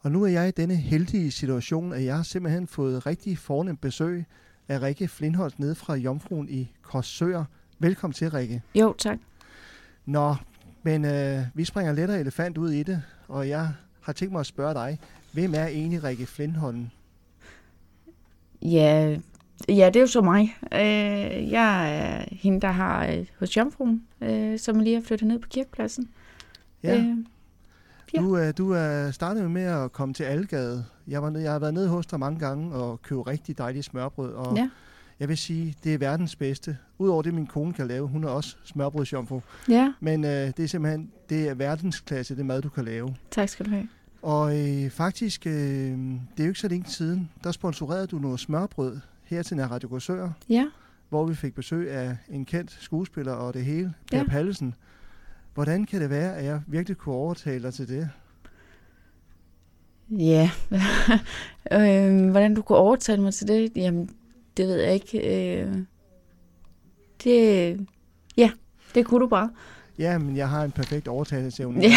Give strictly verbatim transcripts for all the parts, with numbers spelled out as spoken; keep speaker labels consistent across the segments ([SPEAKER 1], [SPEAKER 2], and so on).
[SPEAKER 1] Og nu er jeg i denne heldige situation, at jeg har simpelthen fået rigtig fornemt besøg af Rikke Flintholdt nede fra Jomfruen i Korsør. Velkommen til, Rikke.
[SPEAKER 2] Jo, tak.
[SPEAKER 1] Nå, men øh, vi springer lettere elefant ud i det, og jeg har tænkt mig at spørge dig, hvem er egentlig Rikke Flintholdt?
[SPEAKER 2] Ja, ja, det er jo så mig. Øh, jeg er hende, der har øh, hos Jomfruen, øh, som lige har flyttet ned på kirkepladsen.
[SPEAKER 1] Ja.
[SPEAKER 2] Øh, ja.
[SPEAKER 1] Du, øh, du er startet med at komme til Algade. Jeg, var nede, jeg har været nede hos dig mange gange og købt rigtig dejligt smørbrød, og
[SPEAKER 2] Ja.
[SPEAKER 1] jeg vil sige, det er verdens bedste. Udover det, min kone kan lave, hun er også smørbrødsjomfru.
[SPEAKER 2] Ja,
[SPEAKER 1] Men øh, det er simpelthen det er verdensklasse, det mad, du kan lave.
[SPEAKER 2] tak skal du have.
[SPEAKER 1] Og øh, faktisk, øh, det er jo ikke så længe siden, der sponsorerede du noget smørbrød her til Radio Korsør,
[SPEAKER 2] Ja,
[SPEAKER 1] hvor vi fik besøg af en kendt skuespiller og det hele, Per
[SPEAKER 2] Ja.
[SPEAKER 1] Pallesen. Hvordan kan det være, at jeg virkelig kunne overtale dig til det?
[SPEAKER 2] ja. øh, hvordan du kunne overtale mig til det? Jamen, det ved jeg ikke. Øh, det, ja, det kunne du bare.
[SPEAKER 1] Ja, men jeg har en perfekt overtagelsesevne.
[SPEAKER 2] Ja.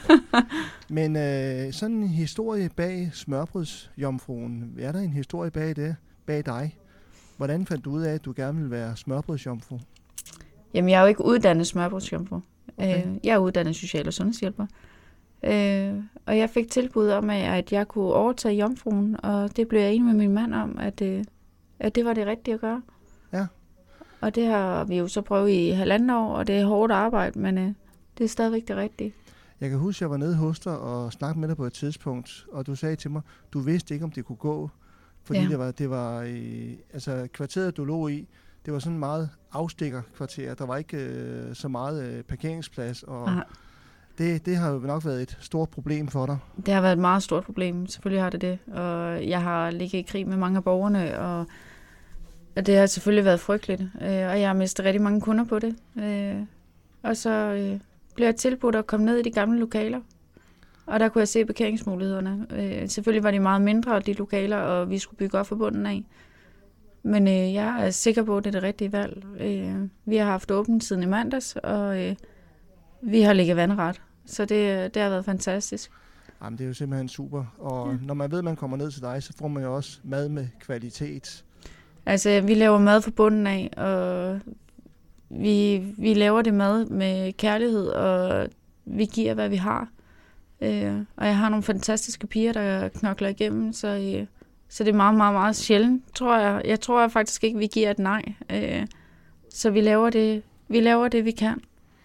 [SPEAKER 1] Men øh, sådan en historie bag smørbrødsjomfruen, er der en historie bag det, bag dig? Hvordan fandt du ud af, at du gerne ville være smørbrødsjomfru?
[SPEAKER 2] Jamen, jeg er jo ikke uddannet smørbrødsjomfru.
[SPEAKER 1] Okay.
[SPEAKER 2] Øh, jeg er uddannet social- og sundhedshjælper. Øh, og jeg fik tilbud om, at jeg kunne overtage Jomfruen, og det blev jeg enig med min mand om, at, øh, at det var det rigtige at gøre.
[SPEAKER 1] Ja.
[SPEAKER 2] Og det har vi jo så prøvet i halvanden år, og det er hårdt arbejde, men øh, det er stadigvæk det rigtige.
[SPEAKER 1] Jeg kan huske, at jeg var nede hos dig og snakkede med dig på et tidspunkt, og du sagde til mig, du vidste ikke, om det kunne gå, fordi
[SPEAKER 2] Ja.
[SPEAKER 1] det var, det var øh, altså kvarteret, du lå i, det var sådan meget afstikkerkvarter. Der var ikke øh, så meget øh, parkeringsplads, og
[SPEAKER 2] Aha.
[SPEAKER 1] det, det har jo nok været et stort problem for dig.
[SPEAKER 2] Det har været et meget stort problem, selvfølgelig har det det. Og jeg har ligget i krig med mange af borgerne, og, og det har selvfølgelig været frygteligt. Øh, og jeg har mistet rigtig mange kunder på det. Øh, og så øh, blev jeg tilbudt at komme ned i de gamle lokaler. Og der kunne jeg se parkeringsmulighederne. Øh, selvfølgelig var de meget mindre, de lokaler, og vi skulle bygge op for bunden af. Men øh, jeg er sikker på, at det er det rigtige valg. Øh, vi har haft åbent siden i mandags, og øh, vi har ligget vandret. Så det, det har været fantastisk.
[SPEAKER 1] Jamen, det er jo simpelthen super. Og
[SPEAKER 2] Ja.
[SPEAKER 1] når man ved, at man kommer ned til dig, så får man jo også mad med kvalitet.
[SPEAKER 2] Altså, vi laver mad fra bunden af, og vi, vi laver det mad med kærlighed, og vi giver, hvad vi har. Øh, og jeg har nogle fantastiske piger, der knokler igennem, så, øh, så det er meget, meget, meget sjældent, tror jeg. Jeg tror faktisk ikke, vi giver et nej. Øh, så vi laver det, vi laver det, vi kan.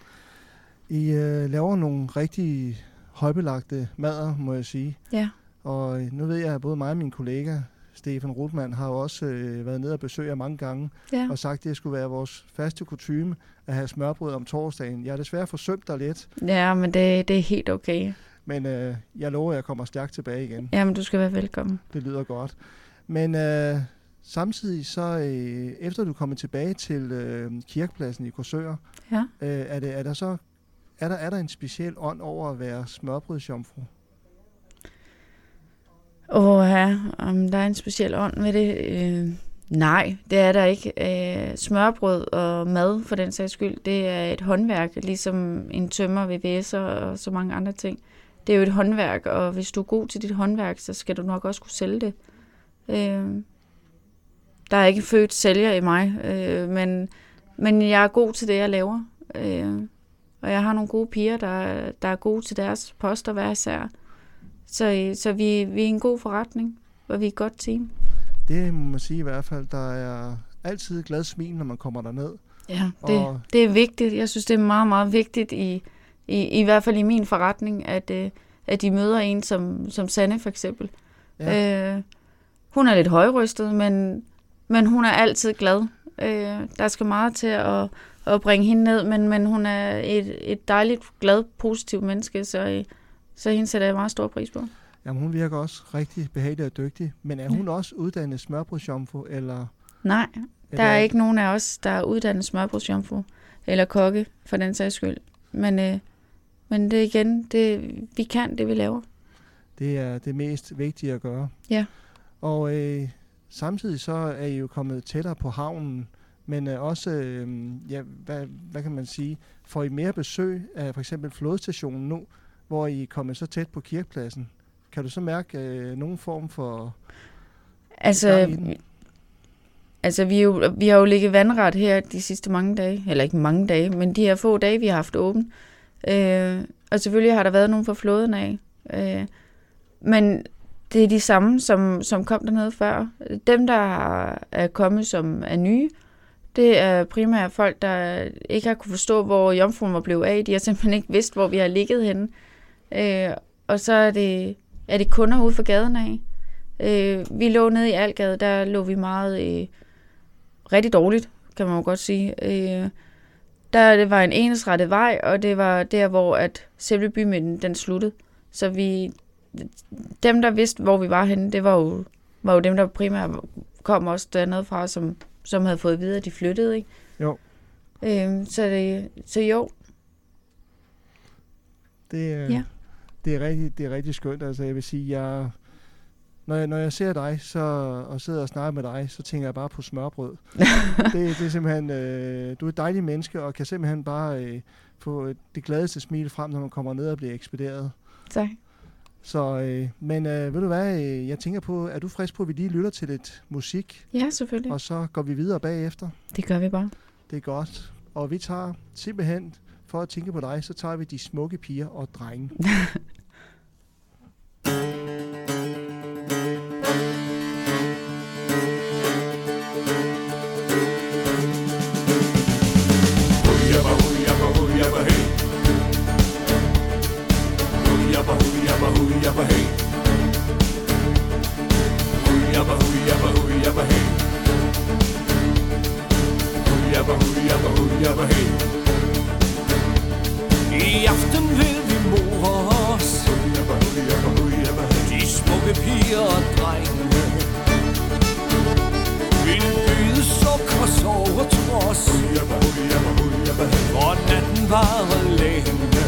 [SPEAKER 1] I øh, laver nogle rigtig højbelagte mader, må jeg sige.
[SPEAKER 2] Ja,
[SPEAKER 1] Og nu ved jeg, at både mig og min kollega, Stefan Rutmann, har jo også øh, været nede og besøge jer mange gange,
[SPEAKER 2] ja.
[SPEAKER 1] og sagt, at det skulle være vores faste kutyme at have smørbrød om torsdagen. Jeg har desværre forsømt dig lidt,
[SPEAKER 2] Ja, men det, det er helt okay.
[SPEAKER 1] men øh, jeg lover, at jeg kommer stærkt tilbage igen.
[SPEAKER 2] Jamen, du skal være velkommen.
[SPEAKER 1] Det lyder godt. Men øh, samtidig så, øh, efter du er kommet tilbage til øh, kirkepladsen i Korsør,
[SPEAKER 2] Ja.
[SPEAKER 1] øh, er, det, er der så er der, er der en speciel ånd over at være smørbrødsjomfru?
[SPEAKER 2] Åh ja, om der er en speciel ånd ved det? Øh, nej, det er der ikke. Øh, smørbrød og mad, for den sags skyld, det er et håndværk, ligesom en tømmer, V V S'er og så mange andre ting. Det er jo et håndværk, og hvis du er god til dit håndværk, så skal du nok også kunne sælge det. Øh, der er ikke født sælger i mig, øh, men, men jeg er god til det, jeg laver. Øh, og jeg har nogle gode piger, der, der er gode til deres poster hver især. Så, så vi, vi er en god forretning, og vi er et godt team.
[SPEAKER 1] Det må man sige i hvert fald. Der er altid glad smil, når man kommer derned.
[SPEAKER 2] Ja, det,
[SPEAKER 1] Og-
[SPEAKER 2] det er vigtigt. Jeg synes, det er meget, meget vigtigt, i, i, i hvert fald i min forretning, at, øh, at de møder en som, som Sanne for eksempel.
[SPEAKER 1] Ja.
[SPEAKER 2] Øh, hun er lidt højrystet, men, men hun er altid glad. Øh, der skal meget til at, at bringe hende ned, men, men hun er et, et dejligt, glad, positivt menneske, så, øh, så hende sætter jeg meget stor pris på.
[SPEAKER 1] Jamen, hun virker også rigtig behagelig og dygtig. Men er hun også uddannet smørbrødsjomfru, eller?
[SPEAKER 2] Nej, der
[SPEAKER 1] eller
[SPEAKER 2] er ikke nogen af os, der er uddannet smørbrødsjomfru eller kokke, for den sags skyld. Men, øh, men det igen, det, vi kan det, vi laver.
[SPEAKER 1] Det er det mest vigtige at gøre.
[SPEAKER 2] Ja.
[SPEAKER 1] Og øh, samtidig så er I jo kommet tættere på havnen, men øh, også, øh, ja, hvad, hvad kan man sige, får I mere besøg af for eksempel flådestationen nu, hvor I er kommet så tæt på kirkepladsen? kan du så mærke øh, nogen form for...
[SPEAKER 2] Altså, altså vi, jo, vi har jo ligget vandret her de sidste mange dage, eller ikke mange dage, men de her få dage, vi har haft åben. Øh, og selvfølgelig har der været nogen fra flåden af. Øh, men det er de samme, som, som kom dernede før. Dem, der er kommet, som er nye, det er primært folk, der ikke har kunne forstå, hvor jomfruen var blevet af. De har simpelthen ikke vidst, hvor vi har ligget henne. Øh, og så er det, er det kunder ude for gaden af. Øh, vi lå nede i Algade, der lå vi meget øh, rigtig dårligt, kan man jo godt sige. Øh, der det var en ensrettet vej, og det var der, hvor at selve bymidten den sluttede. Så vi, dem, der vidste, hvor vi var henne, det var jo, var jo dem, der primært kom også dernede fra, som, som havde fået videre, at de flyttede, ikke?
[SPEAKER 1] Jo.
[SPEAKER 2] Øh, så, det, så jo.
[SPEAKER 1] Det, øh, ja. det, er rigtig, det er rigtig skønt. Altså, jeg vil sige, jeg... Når jeg, når jeg ser dig så, og sidder og snakker med dig, så tænker jeg bare på smørbrød. det, det er simpelthen, øh, du er et dejligt menneske, og kan simpelthen bare øh, få det gladeste smil frem, når man kommer ned og bliver ekspederet.
[SPEAKER 2] Tak.
[SPEAKER 1] Så, øh, men øh, ved du hvad, øh, jeg tænker på, er du frisk på, at vi lige lytter til lidt musik?
[SPEAKER 2] Ja, selvfølgelig.
[SPEAKER 1] Og så går vi videre bagefter.
[SPEAKER 2] Det gør vi bare.
[SPEAKER 1] Det er godt. Og vi tager simpelthen, for at tænke på dig, så tager vi De Smukke Piger og Drenge.
[SPEAKER 3] I aften vil vi more os, de smukke piger og drenge, vil byde sukker, sove og trods, for natten varer længe.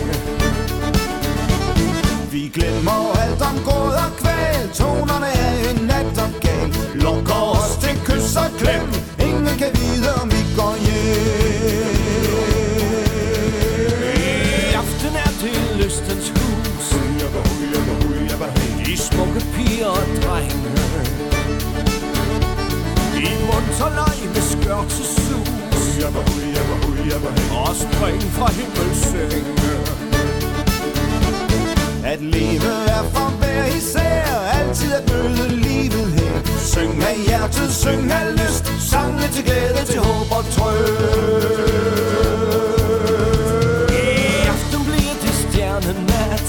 [SPEAKER 3] Vi glemmer alt om gråd og kval, tonerne er en nattergal, lukker os til kys og klem, ingen kan vide om vi går hjem. I aften er det lystens hus, de smukke piger og drenge, i munter leg med skørtesus, og spring fra himmelsenge. At leve er for hver især, altid at møde livet her. Syng af hjertet, syng af lyst, sange til glæde, til håb og trøst. I aften bliver det stjernenat,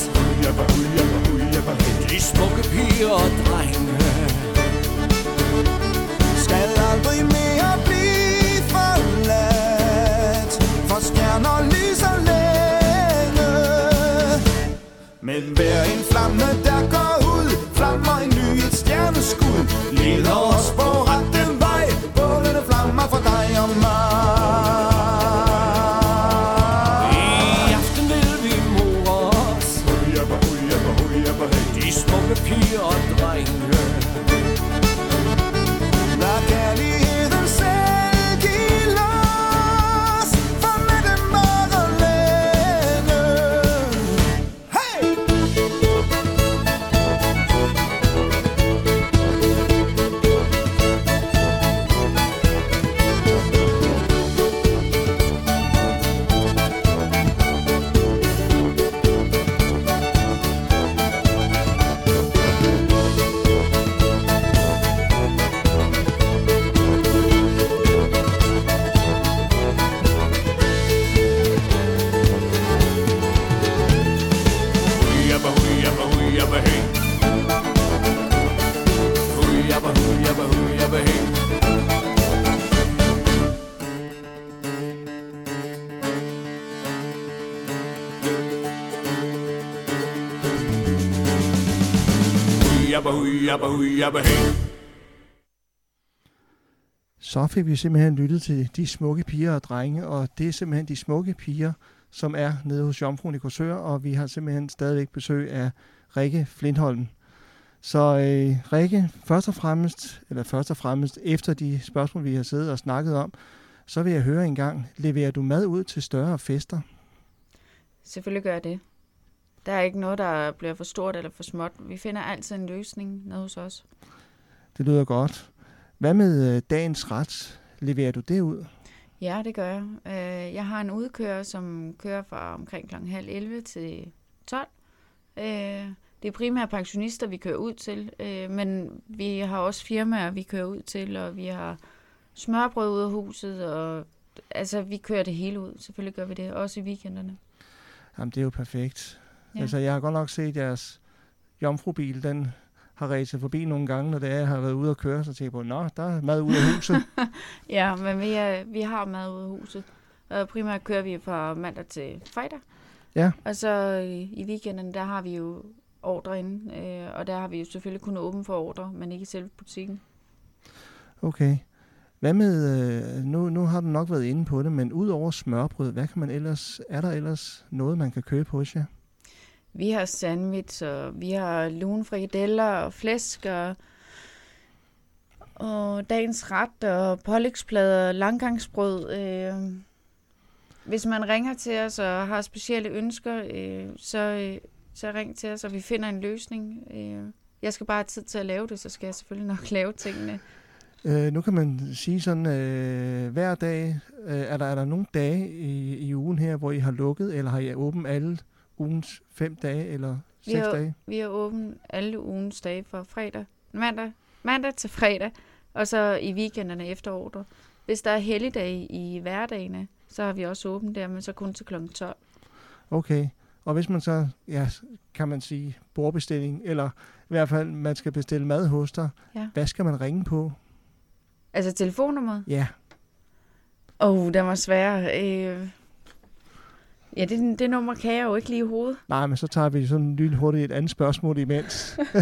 [SPEAKER 3] de smukke piger og drenge skal aldrig mere blive forladt, for stjerner lyser længe. Men hver en flamme, der går ud, flammer en ny, et stjerneskud, leder os på rette vej, bålende flammer for dig og mig. I aften vil vi more os, de smukke piger og drenge. Lad kærligheden selv give los, for med dem varer længe. Hey!
[SPEAKER 1] Så fik vi simpelthen lyttet til De Smukke Piger og Drenge, og det er simpelthen de smukke piger, som er nede hos Jomfruen i Korsør, og vi har simpelthen stadigvæk besøg af Rikke Flintholm. Så øh, Rikke, først og fremmest, eller først og fremmest efter de spørgsmål, vi har siddet og snakket om, så vil jeg høre en gang, leverer du mad ud til større fester?
[SPEAKER 2] Selvfølgelig gør jeg det. Der er ikke noget, der bliver for stort eller for småt. Vi finder altid en løsning nede hos os.
[SPEAKER 1] Det lyder godt. Hvad med øh, dagens ret? Leverer du det ud?
[SPEAKER 2] Ja, det gør jeg. Øh, jeg har en udkører, som kører fra omkring klokken halv elleve til tolv. Øh, det er primært pensionister, vi kører ud til, øh, men vi har også firmaer, vi kører ud til, og vi har smørbrød ud af huset, og altså, vi kører det hele ud. Selvfølgelig gør vi det, også i weekenderne.
[SPEAKER 1] Jamen, det er jo perfekt.
[SPEAKER 2] Ja.
[SPEAKER 1] Altså, jeg har godt nok set jeres jomfrubil, den har ræset forbi nogle gange, når det er, jeg har været ude at køre, så tænker jeg på, nå, der er mad ude af huset.
[SPEAKER 2] Ja, men vi, er, vi har mad ude af huset. Og primært kører vi fra mandag til fredag.
[SPEAKER 1] Ja.
[SPEAKER 2] Og så i, i weekenden, der har vi jo ordre inde, øh, og der har vi jo selvfølgelig kun åben for ordre, men ikke i selve butikken.
[SPEAKER 1] Okay. Hvad med, øh, nu, nu har du nok været inde på det, men ud over smørbrød, hvad kan man ellers, er der ellers noget, man kan købe hos jer?
[SPEAKER 2] Vi har sandwich, og vi har lune frikadeller og flæsk, og, og dagens ret, og pålægsplader, langgangsbrød. Øh. Hvis man ringer til os og har specielle ønsker, øh, så, øh, så ring til os, og vi finder en løsning. Øh. Jeg skal bare have tid til at lave det, så skal jeg selvfølgelig nok lave tingene.
[SPEAKER 1] Øh, nu kan man sige sådan, øh, hver dag, øh, er, der, er der nogle dage i, i ugen her, hvor I har lukket, eller har I åbent alle ugens fem dage, eller
[SPEAKER 2] Vi
[SPEAKER 1] seks
[SPEAKER 2] har,
[SPEAKER 1] dage?
[SPEAKER 2] vi har åbent alle ugens dage fra fredag, mandag, mandag til fredag, og så i weekenderne efter ordre. Hvis der er helligdage i hverdagene, så har vi også åbent der, men så kun til klokken tolv.
[SPEAKER 1] Okay, og hvis man så, ja, kan man sige, bordbestilling, eller i hvert fald, man skal bestille mad hos dig,
[SPEAKER 2] Ja.
[SPEAKER 1] hvad skal man ringe på?
[SPEAKER 2] Altså telefonnummeret?
[SPEAKER 1] Ja,
[SPEAKER 2] Åh, oh, den var svær. Øh... Ja, det, det nummer kan jeg jo ikke lige i hovedet.
[SPEAKER 1] nej, men så tager vi sådan lige hurtigt et andet spørgsmål imens.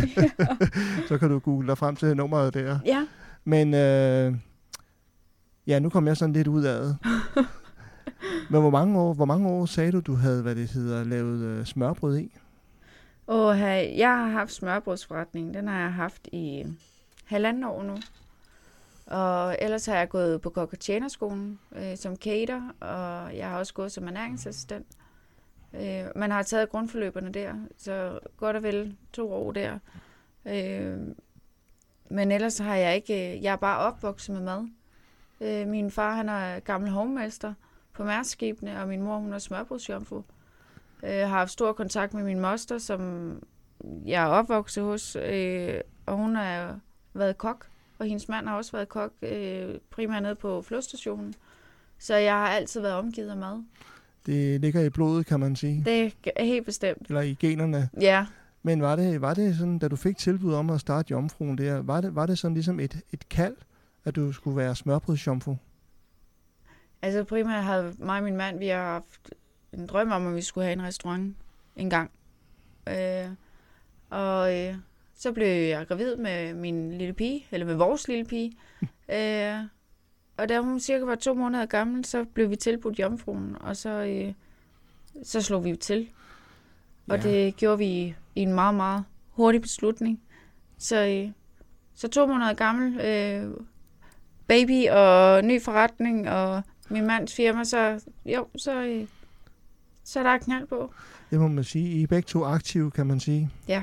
[SPEAKER 1] Så kan du google dig frem til nummeret der.
[SPEAKER 2] Ja.
[SPEAKER 1] Men øh, ja, nu kom jeg sådan lidt ud af det. Men hvor mange år, hvor mange år sagde du, du havde, hvad det hedder, lavet øh, smørbrød i?
[SPEAKER 2] Og jeg har haft smørbrødsforretning. Den har jeg haft i halvanden år nu. Og ellers har jeg gået på kok- og tjenerskolen øh, som cater, og jeg har også gået som ernæringsassistent. Øh, man har taget grundforløberne der, så godt og vel to år der. Øh, men ellers har jeg ikke, jeg er bare opvokset med mad. Øh, min far, han er gammel hovmester på Mærskskibene, og min mor, hun er smørbrødsjomfru. Jeg har haft stor kontakt med min moster, som jeg er opvokset hos, øh, og hun har været kok. Og hendes mand har også været kok, øh, primært nede på flådestationen. Så jeg har altid været omgivet af mad.
[SPEAKER 1] Det ligger i blodet, kan man sige.
[SPEAKER 2] Det er helt bestemt.
[SPEAKER 1] Eller i generne.
[SPEAKER 2] Ja.
[SPEAKER 1] Men var det, var det sådan, da du fik tilbud om at starte jomfruen der, var det, var det sådan ligesom et, et kald, at du skulle være smørbrødsjomfru?
[SPEAKER 2] Altså primært havde mig og min mand, vi har haft en drøm om, at vi skulle have en restaurant en gang. Øh, og øh, så blev jeg gravid med min lille pige, eller med vores lille pige. øh, og da hun cirka var to måneder gammel, så blev vi tilbudt jomfruen, og så, øh, så slog vi til. Og
[SPEAKER 1] Ja.
[SPEAKER 2] det gjorde vi i en meget, meget hurtig beslutning. Så, øh, så to måneder gammel, øh, baby og ny forretning, og min mands firma, så jo, så, øh, så er der knald på.
[SPEAKER 1] Det må man sige. I er begge to aktive, kan man sige.
[SPEAKER 2] Ja.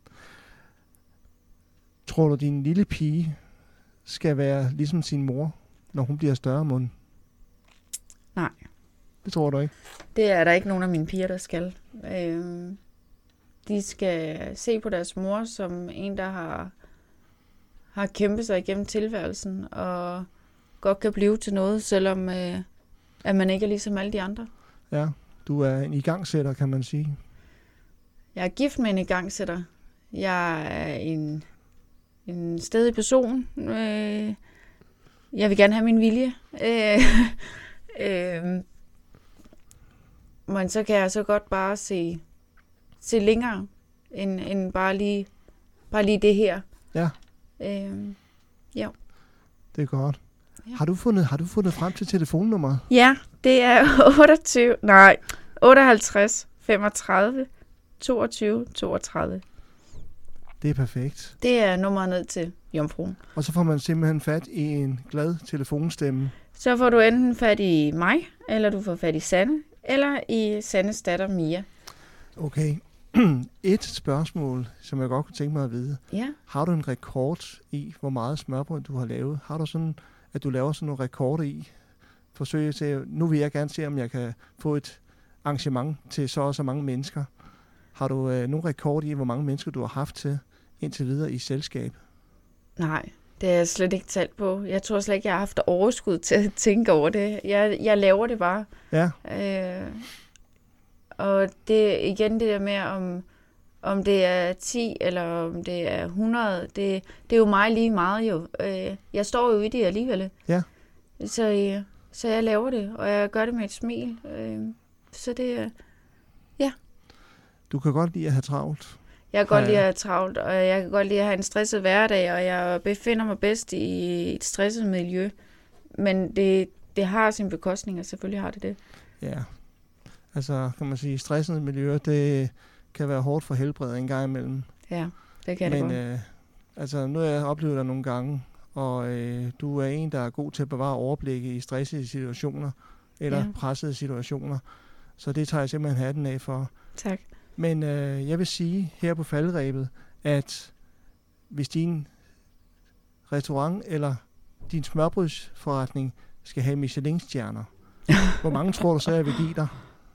[SPEAKER 1] Tror du, din lille pige skal være ligesom sin mor, når hun bliver større, mund?
[SPEAKER 2] Nej.
[SPEAKER 1] Det tror du ikke?
[SPEAKER 2] Det er der ikke nogen af mine piger, der skal. Øhm, de skal se på deres mor som en, der har, har kæmpet sig igennem tilværelsen, og godt kan blive til noget, selvom øh, at man ikke er ligesom alle de andre.
[SPEAKER 1] Ja, du er en igangsætter, kan man sige.
[SPEAKER 2] Jeg er gift med en igangsætter. Jeg er en, en stedig person. Øh, jeg vil gerne have min vilje. Øh, øh, men så kan jeg så godt bare se, se længere, end, end bare, lige, bare lige det her.
[SPEAKER 1] Ja.
[SPEAKER 2] Øh, ja.
[SPEAKER 1] Det er godt.
[SPEAKER 2] Ja.
[SPEAKER 1] Har du fundet, har du fundet frem til telefonnummeret?
[SPEAKER 2] Ja, det er otteogtyve, nej, otteoghalvtreds femogtredive toogtyve toogtredive.
[SPEAKER 1] Det er perfekt.
[SPEAKER 2] Det er nummeret ned til jomfruen.
[SPEAKER 1] Og så får man simpelthen fat i en glad telefonstemme.
[SPEAKER 2] Så får du enten fat i mig, eller du får fat i Sanne, eller i Sannes datter Mia.
[SPEAKER 1] Okay. Et spørgsmål, som jeg godt kunne tænke mig at vide.
[SPEAKER 2] Ja.
[SPEAKER 1] Har du en rekord i, hvor meget smørbrød du har lavet? Har du sådan, at du laver sådan nogle rekorder i? Forsøg til, nu vil jeg gerne se, om jeg kan få et arrangement til så og så mange mennesker. Har du øh, nogle rekord i, hvor mange mennesker du har haft til indtil videre i selskab?
[SPEAKER 2] Nej, det er jeg slet ikke talt på. Jeg tror slet ikke, jeg har haft overskud til at tænke over det. Jeg, jeg laver det bare.
[SPEAKER 1] Ja.
[SPEAKER 2] Øh, og det igen det der med, om, om det er ti eller om det er hundrede, det, det er jo mig lige meget jo. Øh, jeg står jo i det alligevel.
[SPEAKER 1] Ja.
[SPEAKER 2] Så, øh, så jeg laver det, og jeg gør det med et smil. Øh, så det er... Ja.
[SPEAKER 1] Du kan godt lide at have travlt.
[SPEAKER 2] Jeg kan godt
[SPEAKER 1] Ja.
[SPEAKER 2] lide at have travlt, og jeg kan godt lide at have en stresset hverdag, og jeg befinder mig bedst i et stresset miljø. Men det, det har sine bekostninger, selvfølgelig har det det.
[SPEAKER 1] Ja. Altså, kan man sige, stressende miljøer, det kan være hårdt for helbredet en gang imellem.
[SPEAKER 2] Ja, det kan det
[SPEAKER 1] Men
[SPEAKER 2] godt.
[SPEAKER 1] øh, altså, nu har jeg oplevet dig nogle gange, og øh, du er en, der er god til at bevare overblik i stressede situationer, eller
[SPEAKER 2] Ja.
[SPEAKER 1] pressede situationer. Så det tager jeg simpelthen hatten af for.
[SPEAKER 2] Tak.
[SPEAKER 1] Men øh, jeg vil sige her på falderebet, at hvis din restaurant eller din smørbrødsforretning skal have Michelin-stjerner, hvor mange tror du så, jeg vil give dig?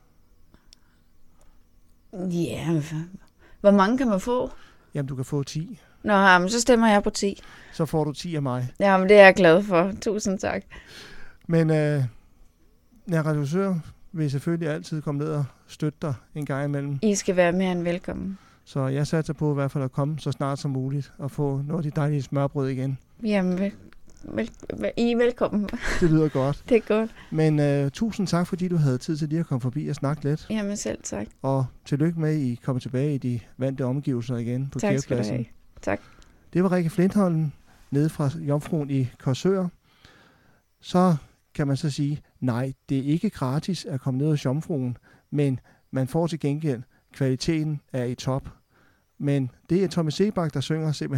[SPEAKER 2] Ja, hva- hvor mange kan man få?
[SPEAKER 1] Jamen, du kan få ti.
[SPEAKER 2] Nå, jamen, så stemmer jeg på ti.
[SPEAKER 1] Så får du ti af mig.
[SPEAKER 2] Jamen, det er jeg glad for. Tusind tak.
[SPEAKER 1] Men øh, jeg reducør vil selvfølgelig altid komme ned og støtte dig en gang imellem.
[SPEAKER 2] I skal være mere end velkommen.
[SPEAKER 1] Så jeg satser på i hvert fald at komme så snart som muligt og få noget af de dejlige smørbrød igen.
[SPEAKER 2] Jamen, vel, vel, vel, I er velkommen.
[SPEAKER 1] Det lyder godt.
[SPEAKER 2] Det er godt.
[SPEAKER 1] Men øh, tusind tak, fordi du havde tid til lige at komme forbi og snakke lidt.
[SPEAKER 2] Jamen, selv tak.
[SPEAKER 1] Og tillykke med, at I kommer tilbage i de vante omgivelser igen på
[SPEAKER 2] Tak skal du
[SPEAKER 1] kirkepladsen.
[SPEAKER 2] have. Tak.
[SPEAKER 1] Det var Rikke Flintholm nede fra Jomfruen i Korsør. Så kan man så sige, nej, det er ikke gratis at komme ned hos Jomfruen, men man får til gengæld, kvaliteten er i top. Men det er Tommy Sebak, der synger simpelthen